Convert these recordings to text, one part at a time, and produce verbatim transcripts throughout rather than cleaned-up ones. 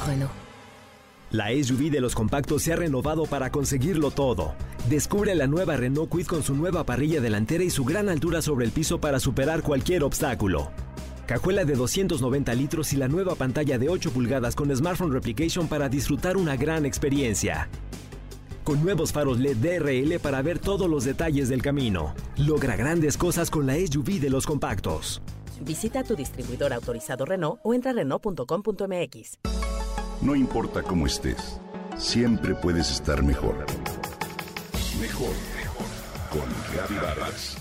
Renault. La S U V de los compactos se ha renovado para conseguirlo todo. Descubre la nueva Renault Kwid con su nueva parrilla delantera y su gran altura sobre el piso para superar cualquier obstáculo. Cajuela de doscientos noventa litros y la nueva pantalla de ocho pulgadas con Smartphone Replication para disfrutar una gran experiencia. Con nuevos faros L E D D R L para ver todos los detalles del camino. Logra grandes cosas con la S U V de los compactos. Visita tu distribuidor autorizado Renault o entra a Renault punto com punto m x. No importa cómo estés, siempre puedes estar mejor. Mejor, mejor. Con Gaby Vargas.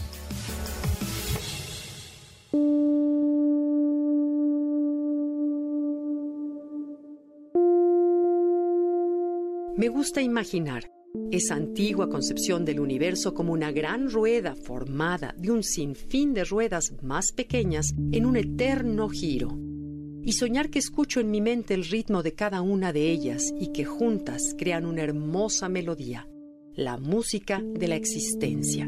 Me gusta imaginar esa antigua concepción del universo como una gran rueda formada de un sinfín de ruedas más pequeñas en un eterno giro. Y soñar que escucho en mi mente el ritmo de cada una de ellas y que juntas crean una hermosa melodía, la música de la existencia.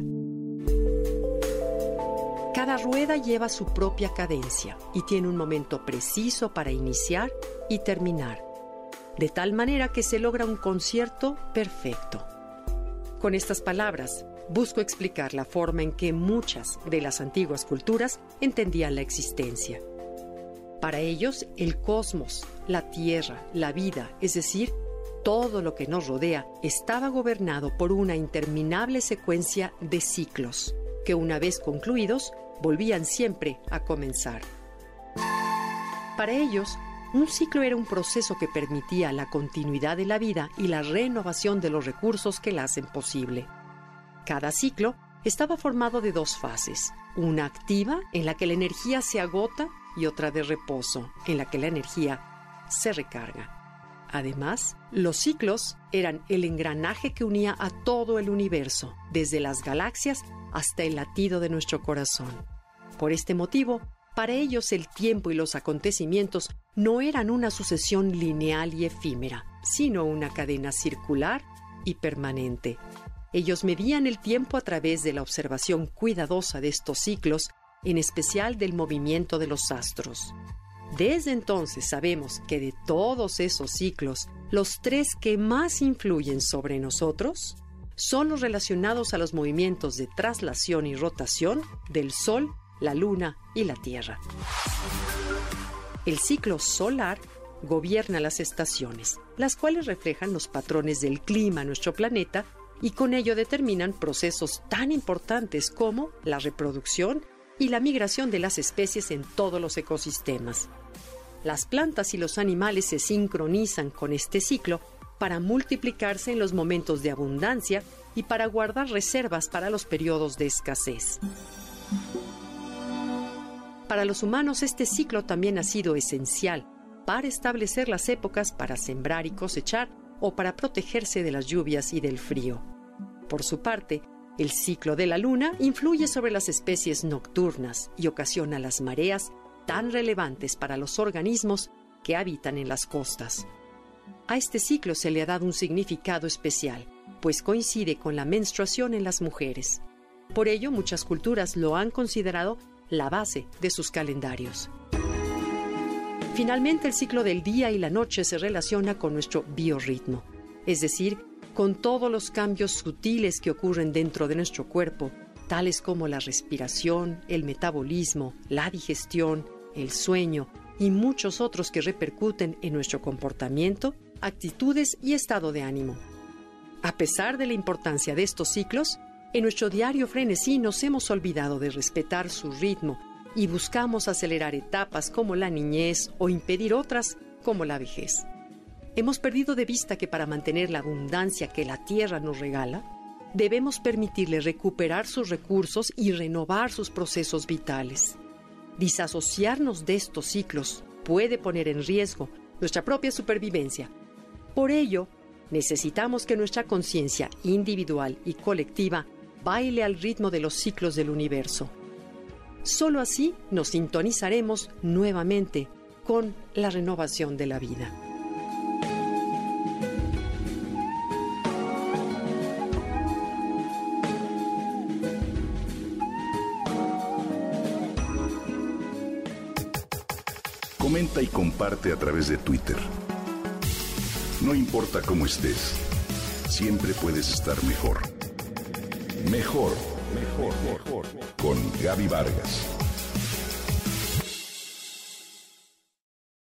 Cada rueda lleva su propia cadencia y tiene un momento preciso para iniciar y terminar, de tal manera que se logra un concierto perfecto. Con estas palabras, busco explicar la forma en que muchas de las antiguas culturas entendían la existencia. Para ellos, el cosmos, la tierra, la vida, es decir, todo lo que nos rodea, estaba gobernado por una interminable secuencia de ciclos, que una vez concluidos, volvían siempre a comenzar. Para ellos, un ciclo era un proceso que permitía la continuidad de la vida y la renovación de los recursos que la hacen posible. Cada ciclo estaba formado de dos fases, una activa, en la que la energía se agota, y otra de reposo, en la que la energía se recarga. Además, los ciclos eran el engranaje que unía a todo el universo, desde las galaxias hasta el latido de nuestro corazón. Por este motivo, para ellos el tiempo y los acontecimientos no eran una sucesión lineal y efímera, sino una cadena circular y permanente. Ellos medían el tiempo a través de la observación cuidadosa de estos ciclos, en especial del movimiento de los astros. Desde entonces sabemos que de todos esos ciclos, los tres que más influyen sobre nosotros son los relacionados a los movimientos de traslación y rotación del Sol, la Luna y la Tierra. El ciclo solar gobierna las estaciones, las cuales reflejan los patrones del clima en nuestro planeta y con ello determinan procesos tan importantes como la reproducción y la migración de las especies en todos los ecosistemas. Las plantas y los animales se sincronizan con este ciclo para multiplicarse en los momentos de abundancia y para guardar reservas para los periodos de escasez. Para los humanos, este ciclo también ha sido esencial para establecer las épocas para sembrar y cosechar o para protegerse de las lluvias y del frío. Por su parte, el ciclo de la luna influye sobre las especies nocturnas y ocasiona las mareas tan relevantes para los organismos que habitan en las costas. A este ciclo se le ha dado un significado especial, pues coincide con la menstruación en las mujeres. Por ello, muchas culturas lo han considerado la base de sus calendarios. Finalmente, el ciclo del día y la noche se relaciona con nuestro biorritmo, es decir, con todos los cambios sutiles que ocurren dentro de nuestro cuerpo, tales como la respiración, el metabolismo, la digestión, el sueño y muchos otros que repercuten en nuestro comportamiento, actitudes y estado de ánimo. A pesar de la importancia de estos ciclos, en nuestro diario frenesí nos hemos olvidado de respetar su ritmo y buscamos acelerar etapas como la niñez o impedir otras como la vejez. Hemos perdido de vista que para mantener la abundancia que la tierra nos regala, debemos permitirle recuperar sus recursos y renovar sus procesos vitales. Disasociarnos de estos ciclos puede poner en riesgo nuestra propia supervivencia. Por ello, necesitamos que nuestra conciencia individual y colectiva baile al ritmo de los ciclos del universo. Solo así nos sintonizaremos nuevamente con la renovación de la vida. Comenta y comparte a través de Twitter. No importa cómo estés, siempre puedes estar mejor. Mejor, mejor, mejor. Con Gaby Vargas.